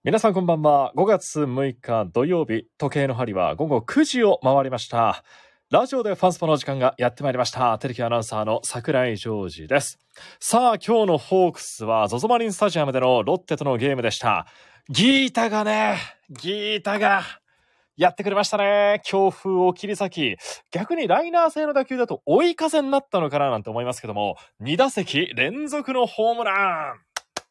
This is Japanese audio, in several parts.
皆さんこんばんは。5月6日土曜日、時計の針は午後9時を回りました。ラジオでファンスポの時間がやってまいりました。テレビアナウンサーの桜井ジョージです。さあ、今日のホークスは ZOZO マリンスタジアムでのロッテとのゲームでした。ギータがやってくれましたね。強風を切り裂き、逆にライナー性の打球だと追い風になったのかななんて思いますけども、2打席連続のホームラン。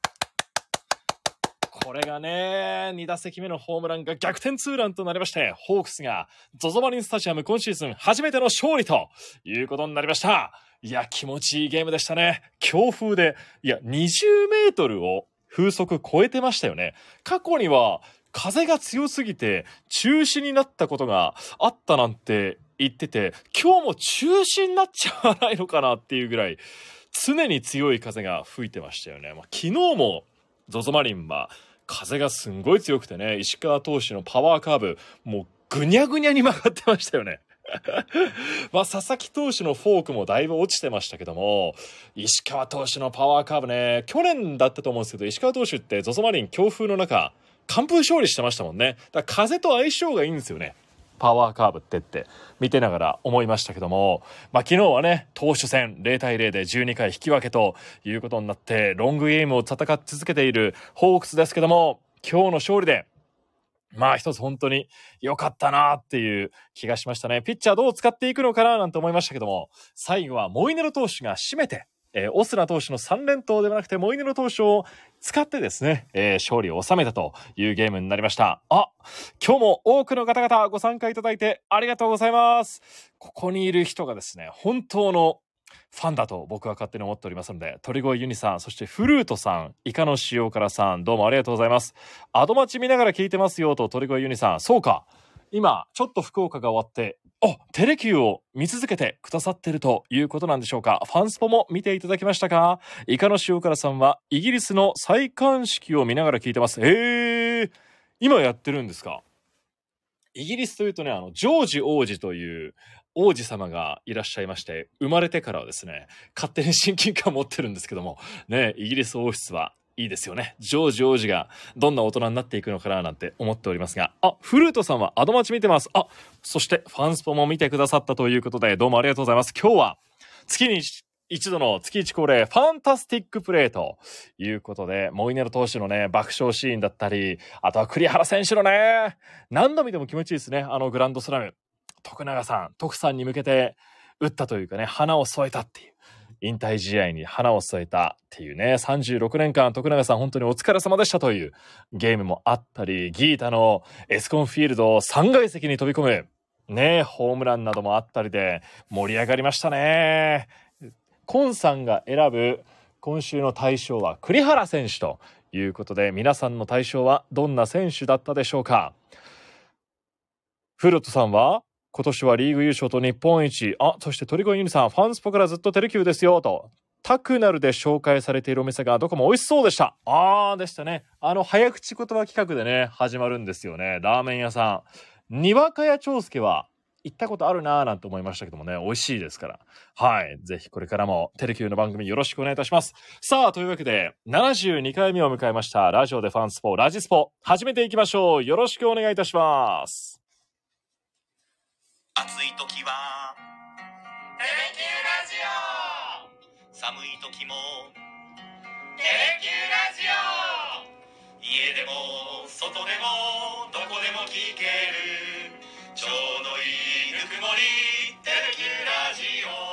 これがね、2打席目のホームランが逆転ツーランとなりまして、ホークスが ZOZO マリンスタジアム今シーズン初めての勝利ということになりました。いや、気持ちいいゲームでしたね。強風で、20メートルを風速超えてましたよね。過去には風が強すぎて中止になったことがあったなんて言ってて、今日も中止になっちゃわないのかなっていうぐらい、常に強い風が吹いてましたよね。昨日も ZOZO マリンは風がすんごい強くてね、石川投手のパワーカーブ、もうぐにゃぐにゃに曲がってましたよね。佐々木投手のフォークもだいぶ落ちてましたけども、石川投手のパワーカーブね、去年だったと思うんですけど、石川投手って ZOZO マリン強風の中、完封勝利してましたもんね。だから風と相性がいいんですよね。パワーカーブって見てながら思いましたけども、昨日はね、投手戦0対0で12回引き分けということになって、ロングゲームを戦い続けているホークスですけども、今日の勝利で一つ本当に良かったなっていう気がしましたね。ピッチャーどう使っていくのかななんて思いましたけども、最後はモイネロ投手が締めて、オスナ投手の3連投ではなくてモイネロ投手を使ってですね、勝利を収めたというゲームになりました。今日も多くの方々ご参加いただいてありがとうございます。ここにいる人がですね、本当のファンだと僕は勝手に思っておりますので、鳥越ユニさん、そしてフルートさん、イカの塩辛さん、どうもありがとうございます。アドマチ見ながら聞いてますよと鳥越ユニさん、そうか、今ちょっと福岡が終わってテレキューを見続けてくださってるということなんでしょうか。ファンスポも見ていただきましたか。イカの塩辛さんはイギリスの戴冠式を見ながら聞いてます。今やってるんですか。イギリスというとね、ジョージ王子という王子様がいらっしゃいまして、生まれてからはですね、勝手に親近感を持ってるんですけどもね、イギリス王室はいいですよね。ジョージ王子がどんな大人になっていくのかななんて思っておりますが、フルートさんはアドマチ見てます。そしてファンスポも見てくださったということで、どうもありがとうございます。今日は月に一度の月一恒例ファンタスティックプレーということで、モイネロ投手のね、爆笑シーンだったり、あとは栗原選手のね、何度見ても気持ちいいですね。グランドスラム、徳さんに向けて打ったというかね、花を添えたっていう、引退試合に花を添えたっていうね、36年間徳永さん本当にお疲れ様でしたというゲームもあったり、ギータのエスコンフィールドを3階席に飛び込むね、ホームランなどもあったりで盛り上がりましたね。コンさんが選ぶ今週の大賞は栗原選手ということで、皆さんの大賞はどんな選手だったでしょうか。フルトさんは今年はリーグ優勝と日本一、そして鳥越ユニさん、ファンスポからずっとテレキューですよと、タクナルで紹介されているお店がどこも美味しそうでした。でしたね。早口言葉企画でね始まるんですよね。ラーメン屋さん、にわかや長介は行ったことあるなーなんて思いましたけどもね、美味しいですから、ぜひこれからもテレキューの番組よろしくお願いいたします。さあ、というわけで72回目を迎えましたラジオでファンスポラジスポ、始めていきましょう。よろしくお願いいたします。 暑い時はテレキューラジオ、寒い時もテレキューラジオ、家でも外でもどこでも聞けるちょうどいいぬくもり、テレキューラジ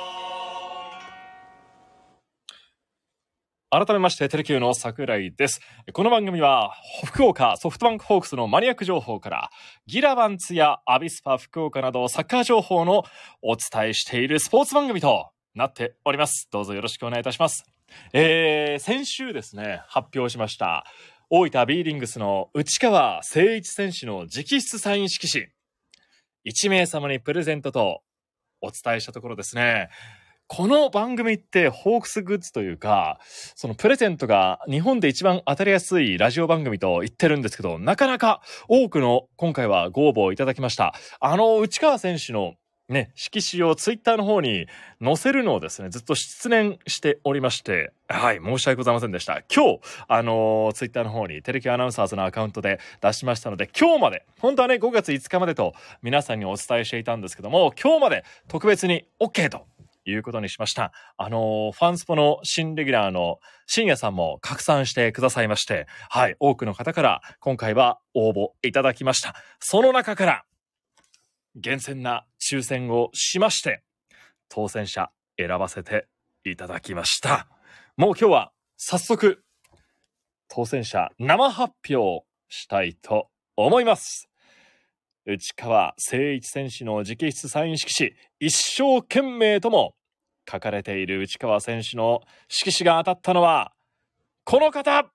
オ。改めましてテレキューの桜井です。この番組は福岡ソフトバンクホークスのマニアック情報からギラバンツやアビスパ福岡などサッカー情報のお伝えしているスポーツ番組となっております。どうぞよろしくお願いいたします。先週ですね、発表しました大分 B リングスの内川誠一選手の直筆サイン色紙1名様にプレゼントとお伝えしたところですね、この番組ってホークスグッズというか、そのプレゼントが日本で一番当たりやすいラジオ番組と言ってるんですけど、なかなか多くの今回はご応募いただきました。内川選手のね、色紙をツイッターの方に載せるのをですね、ずっと失念しておりまして、はい、申し訳ございませんでした。今日、ツイッターの方にテレキュアナウンサーズのアカウントで出しましたので、今日まで、本当はね、5月5日までと皆さんにお伝えしていたんですけども、今日まで特別に OK ということにしました。ファンスポの新レギュラーの深夜さんも拡散してくださいまして、はい、多くの方から今回は応募いただきました。その中から、厳選な抽選をしまして、当選者選ばせていただきました。もう今日は早速、当選者生発表したいと思います。内川聖一選手の直筆サイン色紙、一生懸命とも書かれている内川選手の色紙が当たったのは、この方！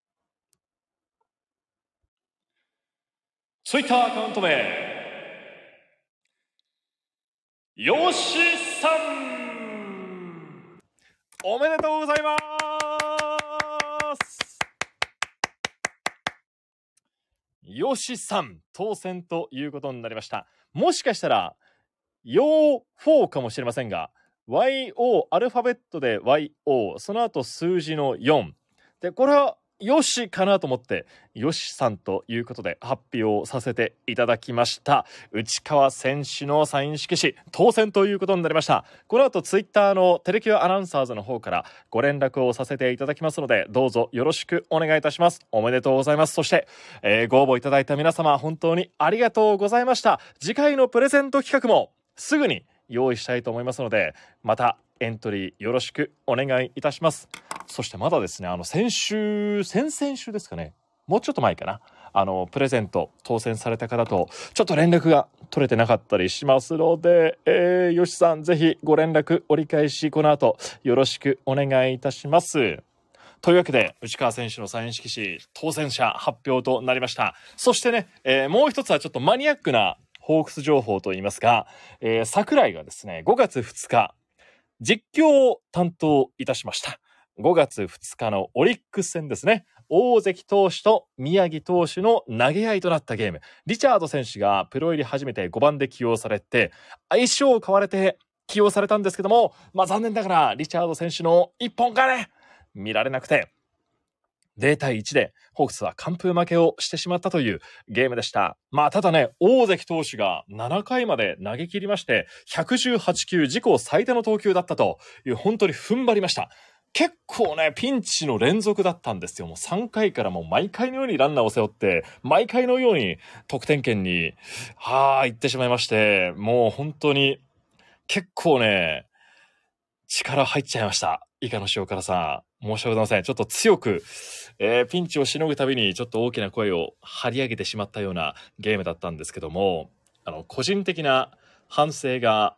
ツイッターアカウント名、よしさん、おめでとうございます。よしさん当選ということになりました。もしかしたら4かもしれませんが、 YO アルファベットで YO、 その後数字の4で、これはよしかなと思ってよしさんということで発表させていただきました。内川選手のサイン色紙当選ということになりました。この後ツイッターのテレキュアアナウンサーズの方からご連絡をさせていただきますので、どうぞよろしくお願いいたします。おめでとうございます。そして、ご応募いただいた皆様本当にありがとうございました。次回のプレゼント企画もすぐに用意したいと思いますので、またエントリーよろしくお願いいたします。そしてまだですね、先々週ですかね、もうちょっと前かな、プレゼント当選された方とちょっと連絡が取れてなかったりしますので、よしさんぜひご連絡折り返しこの後よろしくお願いいたします。というわけで内川選手のサイン色紙当選者発表となりました。そしてね、もう一つはちょっとマニアックなホークス情報といいますか、櫻井がですね5月2日実況を担当いたしました。5月2日のオリックス戦ですね、大関投手と宮城投手の投げ合いとなったゲーム、リチャード選手がプロ入り初めて5番で起用されて相性を買われて起用されたんですけども、残念ながらリチャード選手の一本がね見られなくて0対1でホークスは完封負けをしてしまったというゲームでした。ただね、大関投手が7回まで投げ切りまして118球、自己最多の投球だったという、本当に踏ん張りました。結構ねピンチの連続だったんですよ。もう3回からもう毎回のようにランナーを背負って毎回のように得点圏に行ってしまいまして、もう本当に結構ね力入っちゃいました。以下の塩辛さん、申し訳ございません。ちょっと強く、ピンチをしのぐたびにちょっと大きな声を張り上げてしまったようなゲームだったんですけども、個人的な反省が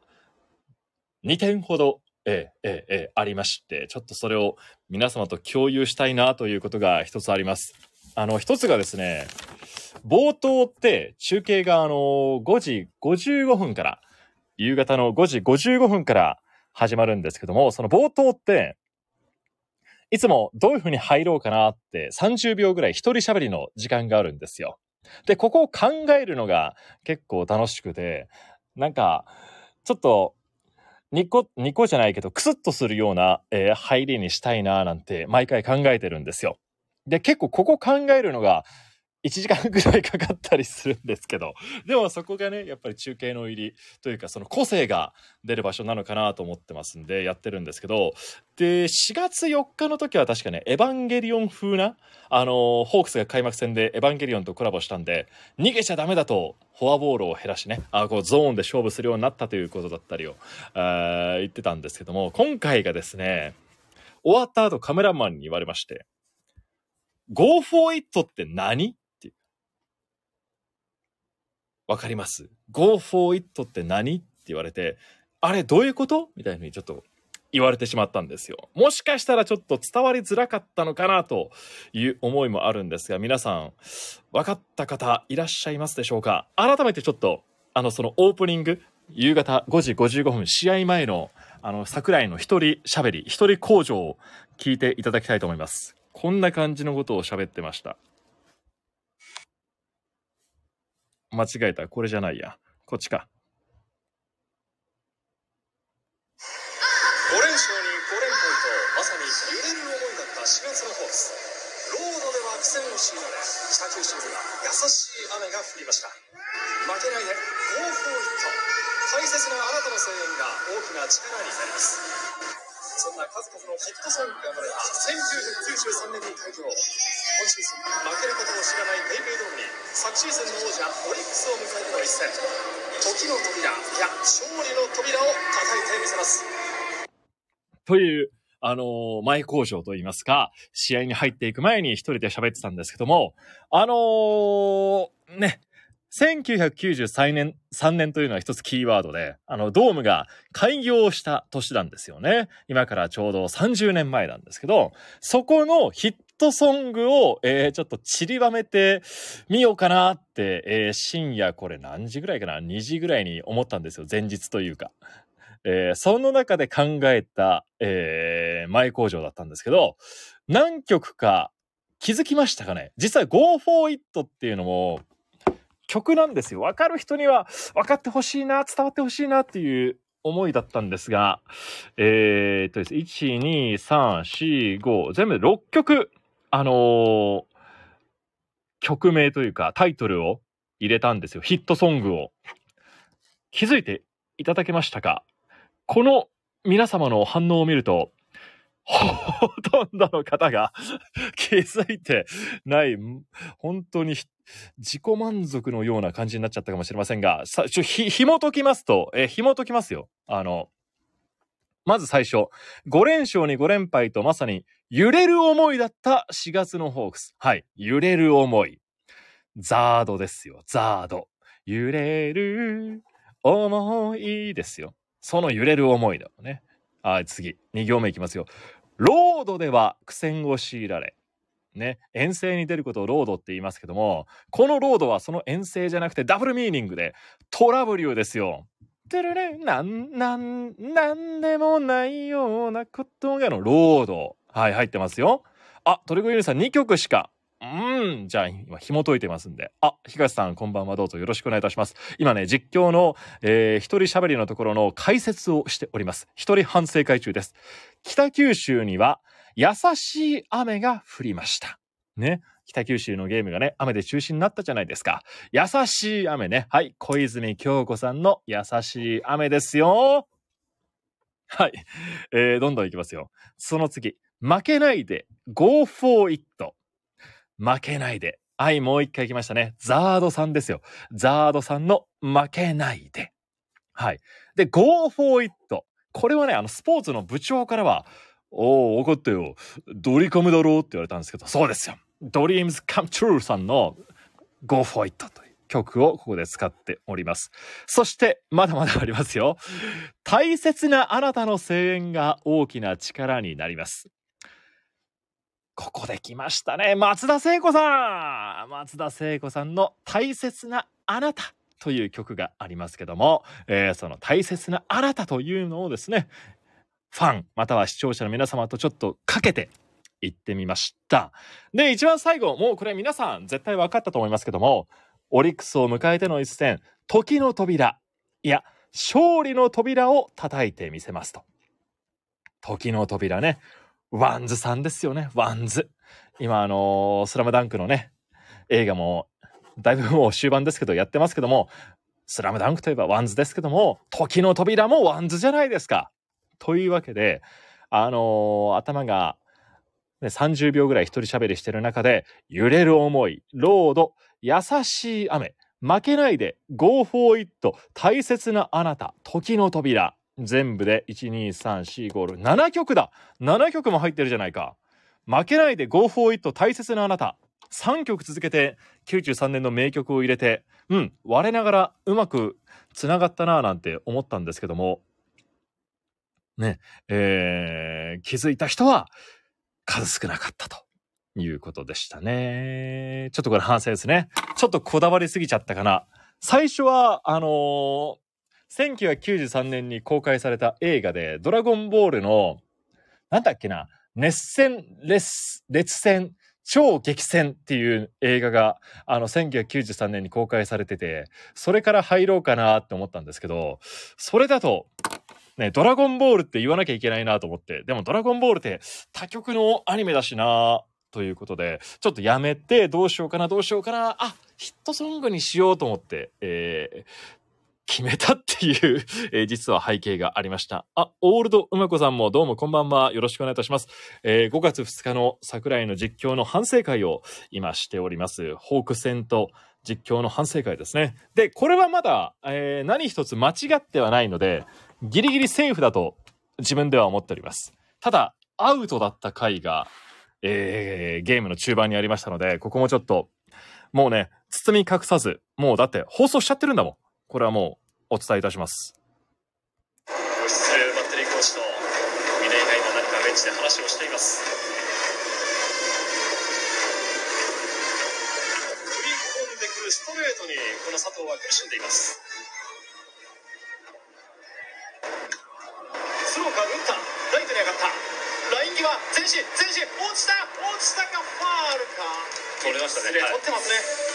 2点ほど、ありまして、ちょっとそれを皆様と共有したいなということが一つあります。一つがですね、冒頭って中継が5時55分から、夕方の5時55分から始まるんですけども、その冒頭っていつもどういう風に入ろうかなって30秒ぐらい一人喋りの時間があるんですよ。で、ここを考えるのが結構楽しくて、なんかちょっとニコじゃないけどクスッとするような、入りにしたいななんて毎回考えてるんですよ。で、結構ここ考えるのが1時間ぐらいかかったりするんですけど、でもそこがねやっぱり中継の入りというか、その個性が出る場所なのかなと思ってますんでやってるんですけど、で4月4日の時は確かねエヴァンゲリオン風なホークスが開幕戦でエヴァンゲリオンとコラボしたんで、逃げちゃダメだとフォアボールを減らしね、こうゾーンで勝負するようになったということだったりを言ってたんですけども、今回がですね終わった後カメラマンに言われまして、 Go for it って何？わかります？ Go for it って何？って言われて、あれどういうこと？みたいな風にちょっと言われてしまったんですよ。もしかしたらちょっと伝わりづらかったのかなという思いもあるんですが、皆さん分かった方いらっしゃいますでしょうか？改めてちょっとそのオープニング、夕方5時55分試合前の櫻井の一人喋り、一人口上を聞いていただきたいと思います。こんな感じのことを喋ってました。間違えた、これじゃないや、こっちか。 悪戦を強いられ北九州では優しい雨が降りました。負けないで Go for it。 大切なあなたの声援が大きな力になります。そんな数々のヒットソングが生まれた1993年に開業。今シーズン負けることを知らないペイペイドームに昨シーズンの王者オリックスを迎えての一戦、時の扉、いや勝利の扉を叩いてみせます。 という前工場といいますか、試合に入っていく前に一人で喋ってたんですけども、1993年というのは一つキーワードで、ドームが開業した年なんですよね。今からちょうど30年前なんですけど、そこのヒットソングを、ちょっと散りばめてみようかなって、深夜これ何時ぐらいかな ?2 時ぐらいに思ったんですよ。前日というか。その中で考えた、前工場だったんですけど、何曲か気づきましたかね？実際 Go for it っていうのも曲なんですよ。わかる人には分かってほしいな、伝わってほしいなっていう思いだったんですが、1、2、3、4、5、全部で6曲、曲名というかタイトルを入れたんですよ。ヒットソングを。気づいていただけましたか？この皆様の反応を見ると、ほとんどの方が気づいてない、本当に自己満足のような感じになっちゃったかもしれませんが、紐解きますと、紐解きますよ。まず最初、5連勝に5連敗とまさに揺れる思いだった4月のホークス。はい、揺れる思い。ザードですよ、ザード。揺れる思いですよ。その揺れる思いだよね。次、2行目いきますよ。ロードでは苦戦を強いられ。ね、遠征に出ることをロードって言いますけども、このロードはその遠征じゃなくてダブルミーニングでトラブルですよ。てるれなんでもないようなことがのロード。はい、入ってますよ。トリコユニさん2曲しか。じゃあ今紐解いてますんで。東さんこんばんは、どうぞよろしくお願いいたします。今ね、実況の、一人喋りのところの解説をしております。一人反省会中です。北九州には優しい雨が降りましたね。北九州のゲームがね、雨で中止になったじゃないですか。優しい雨ね。はい、小泉京子さんの優しい雨ですよ。はい、どんどんいきますよ。その次、負けないで Go for it。負けないで。はい、もう一回来ましたね。ザードさんですよ。ザードさんの負けないで。はい。で、Go for it。これはね、スポーツの部長からは、分かったよ。ドリカムだろうって言われたんですけど、そうですよ。Dreams Come True さんの Go for it という曲をここで使っております。そして、まだまだありますよ。大切なあなたの声援が大きな力になります。ここで来ましたね。松田聖子さん。松田聖子さんの大切なあなたという曲がありますけども、その大切なあなたというのをですね、ファンまたは視聴者の皆様とちょっとかけて言ってみました。で、一番最後、もうこれ皆さん絶対分かったと思いますけども、オリックスを迎えての一戦、時の扉、いや勝利の扉を叩いてみせますと。時の扉ね、ワンズさんですよね。ワンズ。今スラムダンクのね、映画もだいぶもう終盤ですけどやってますけども、スラムダンクといえばワンズですけども、時の扉もワンズじゃないですか。というわけで、頭が、ね、30秒ぐらい一人喋りしてる中で、揺れる思い、ロード、優しい雨、負けないで Go for it、大切なあなた、時の扉。全部で 1,2,3,4,5,6,7 曲だ。7曲も入ってるじゃないか。負けないで Go for it、大切なあなた。3曲続けて93年の名曲を入れて、我ながらうまくつながったなぁなんて思ったんですけどもね、気づいた人は数少なかったということでしたね。ちょっとこれ反省ですね。ちょっとこだわりすぎちゃったかな。最初は1993年に公開された映画でドラゴンボールのなんだっけな、熱戦烈戦超激戦っていう映画が1993年に公開されてて、それから入ろうかなって思ったんですけど、それだとね、ドラゴンボールって言わなきゃいけないなと思って、でもドラゴンボールって他局のアニメだしなということで、ちょっとやめて、どうしようかな、ヒットソングにしようと思って、決めたっていう、実は背景がありました。オールド梅子さんもどうもこんばんは。よろしくお願いいたします。5月2日の桜井の実況の反省会を今しております。ホーク戦と実況の反省会ですね。で、これはまだ、何一つ間違ってはないので、ギリギリセーフだと自分では思っております。ただ、アウトだった回が、ゲームの中盤にありましたので、ここもちょっと、もうね、包み隠さず、もうだって放送しちゃってるんだもん。これはもうお伝えいたします。 バッテリーコーチと峰井が今何かベンチで話をしています。飛び込んでくるストレートにこの佐藤は苦しんでいます。スローカーブ打った、ライトに上がった、ライン際、前進、落ちたか、ファールか、取れましたね。取ってますね。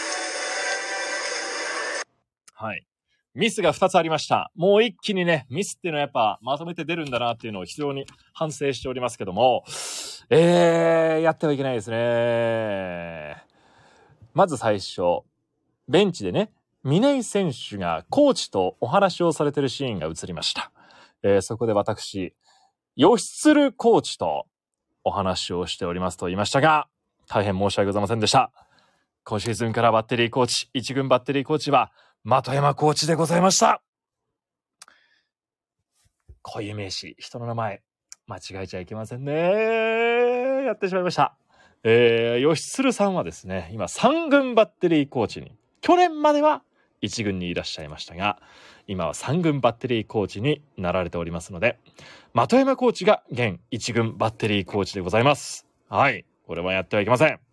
はい。ミスが2つありました。もう一気にね、ミスっていうのはやっぱまとめて出るんだなっていうのを非常に反省しておりますけども、やってはいけないですね。まず最初、ベンチでね、峰井選手がコーチとお話をされているシーンが映りました。そこで私、吉鶴コーチとお話をしておりますと言いましたが、大変申し訳ございませんでした。今シーズンからバッテリーコーチ、一軍バッテリーコーチは、的山コーチでございました。固有名詞、人の名前、間違えちゃいけませんね。やってしまいました。吉鶴さんはですね、今3軍バッテリーコーチに、去年までは1軍にいらっしゃいましたが、今は3軍バッテリーコーチになられておりますので、的山コーチが現1軍バッテリーコーチでございます。はい、これはやってはいけません。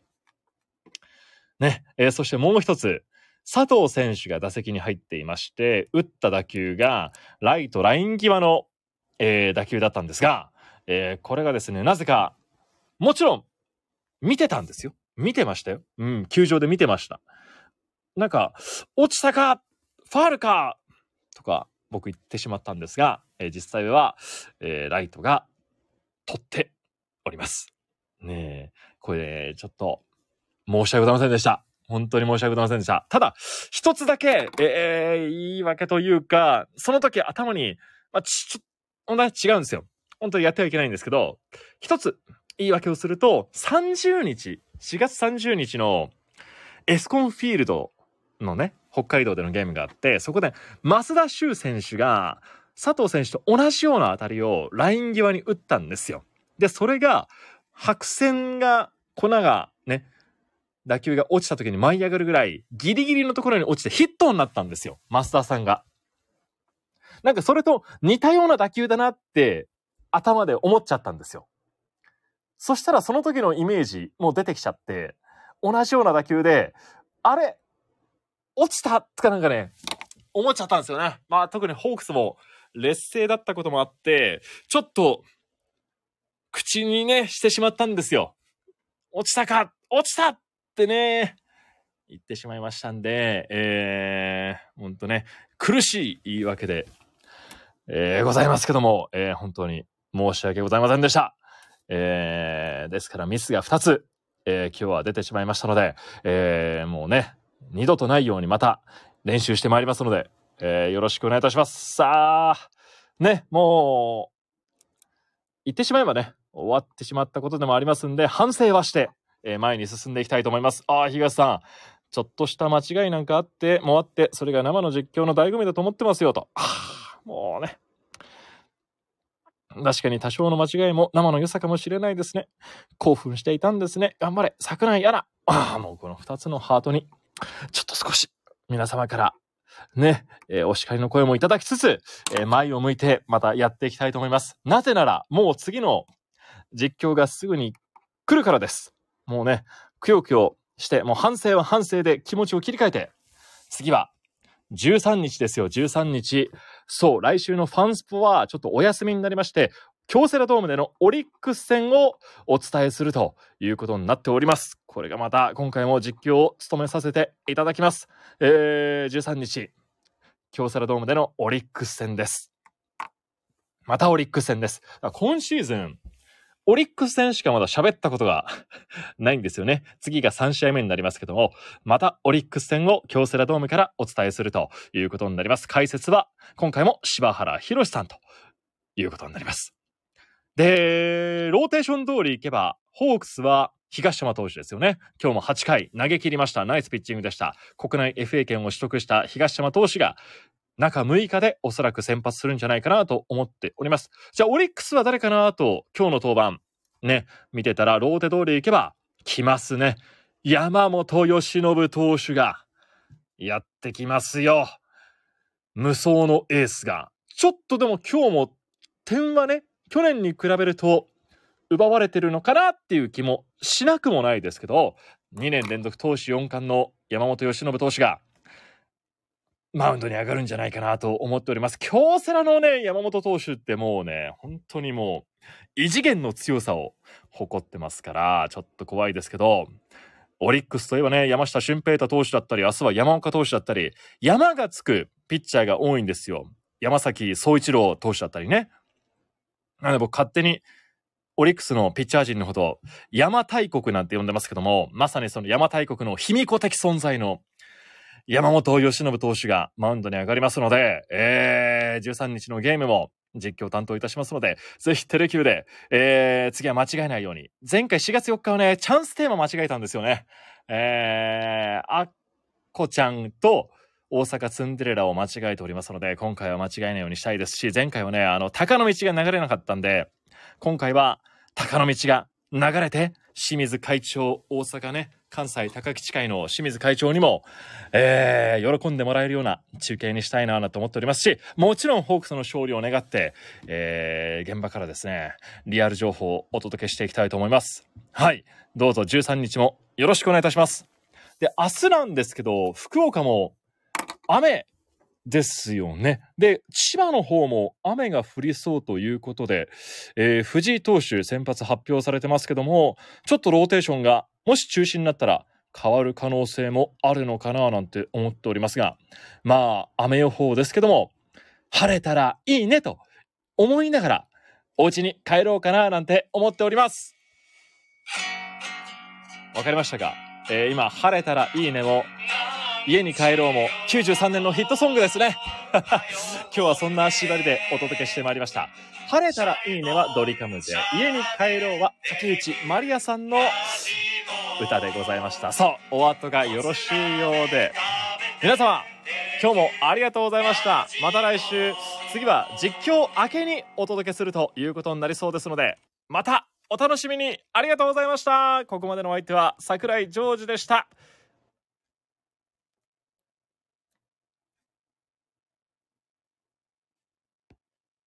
ね、そしてもう一つ、佐藤選手が打席に入っていまして、打った打球がライトライン際の、打球だったんですが、これがですね、なぜか、もちろん見てたんですよ。見てましたよ。球場で見てました。なんか、落ちたか、ファールか、とか僕言ってしまったんですが、実際は、ライトが取っております。ねえ、これ、ちょっと申し訳ございませんでした。本当に申し訳ございませんでした。ただ、一つだけ、言い訳というか、その時頭に、問題違うんですよ。本当にやってはいけないんですけど、一つ言い訳をすると、4月30日のエスコンフィールドのね、北海道でのゲームがあって、そこで増田修選手が佐藤選手と同じような当たりをライン際に打ったんですよ。で、それが白線が、粉がね、打球が落ちた時に舞い上がるぐらいギリギリのところに落ちてヒットになったんですよ、増田さんが。なんかそれと似たような打球だなって頭で思っちゃったんですよ。そしたらその時のイメージもう出てきちゃって、同じような打球で、あれ落ちたとかなんかね、思っちゃったんですよね。まあ特にホークスも劣勢だったこともあって、ちょっと口にねしてしまったんですよ。落ちたってね言ってしまいましたんで、ほんとね苦しい言い訳で、ございますけども、本当に申し訳ございませんでした。ですからミスが2つ、今日は出てしまいましたので、もうね二度とないようにまた練習してまいりますので、よろしくお願いいたします。さあね、もう言ってしまえばね終わってしまったことでもありますんで、反省はして、前に進んでいきたいと思います。東さん、ちょっとした間違いなんかあってもあって、それが生の実況の醍醐味だと思ってますよと。もうね、確かに多少の間違いも生の良さかもしれないですね。興奮していたんですね。頑張れ桜井アナ。もうこの2つのハートにちょっと少し皆様からね、お叱りの声もいただきつつ、前を向いてまたやっていきたいと思います。なぜならもう次の実況がすぐに来るからです。もうね、くよくよして、もう反省は反省で気持ちを切り替えて、次は13日ですよ。13日。そう、来週のファンスポはちょっとお休みになりまして、京セラドームでのオリックス戦をお伝えするということになっております。これがまた今回も実況を務めさせていただきます。13日、京セラドームでのオリックス戦です。またオリックス戦です。今シーズンオリックス戦しかまだ喋ったことがないんですよね。次が3試合目になりますけども、またオリックス戦を京セラドームからお伝えするということになります。解説は今回も柴原博さんということになります。で、ローテーション通りいけば、ホークスは東山投手ですよね。今日も8回投げ切りました。ナイスピッチングでした。国内 FA 権を取得した東山投手が中6日でおそらく先発するんじゃないかなと思っております。じゃあオリックスは誰かなと今日の登板ね、見てたらローテ通りいけば来ますね。山本由伸投手がやってきますよ。無双のエースが。ちょっとでも今日も点はね、去年に比べると奪われてるのかなっていう気もしなくもないですけど、2年連続投手4冠の山本由伸投手がマウンドに上がるんじゃないかなと思っております。京セラのね、山本投手ってもうね、本当にもう異次元の強さを誇ってますから、ちょっと怖いですけど、オリックスといえばね、山下舜平太投手だったり、明日は山岡投手だったり、山がつくピッチャーが多いんですよ。山崎総一郎投手だったりね。なので僕勝手にオリックスのピッチャー陣のことを山大国なんて呼んでますけども、まさにその山大国の卑弥呼的存在の山本由伸投手がマウンドに上がりますので、13日のゲームも実況担当いたしますので、ぜひテレキューで、次は間違えないように。前回4月4日はね、チャンステーマ間違えたんですよね。あっこちゃんと大阪ツンデレラを間違えておりますので、今回は間違えないようにしたいですし、前回はね、鷹の道が流れなかったんで、今回は鷹の道が流れて、清水会長、大阪ね、関西高吉会の清水会長にも、喜んでもらえるような中継にしたいなと思っておりますし、もちろんホークスの勝利を願って、現場からですね、リアル情報をお届けしていきたいと思います。はい、どうぞ13日もよろしくお願いいたします。で、明日なんですけど、福岡も雨ですよね。で、千葉の方も雨が降りそうということで、藤井投手先発発表されてますけども、ちょっとローテーションがもし中止になったら変わる可能性もあるのかななんて思っておりますが、まあ雨予報ですけども、晴れたらいいねと思いながらお家に帰ろうかななんて思っております。わかりましたか？今晴れたらいいねも家に帰ろうも93年のヒットソングですね。今日はそんな縛りでお届けしてまいりました。晴れたらいいねはドリカムで、家に帰ろうは竹内まりやさんの歌でございました。そう、お後がよろしいようで、皆様今日もありがとうございました。また来週、次は実況明けにお届けするということになりそうですので、またお楽しみに。ありがとうございました。ここまでのお相手は櫻井ジョージでした。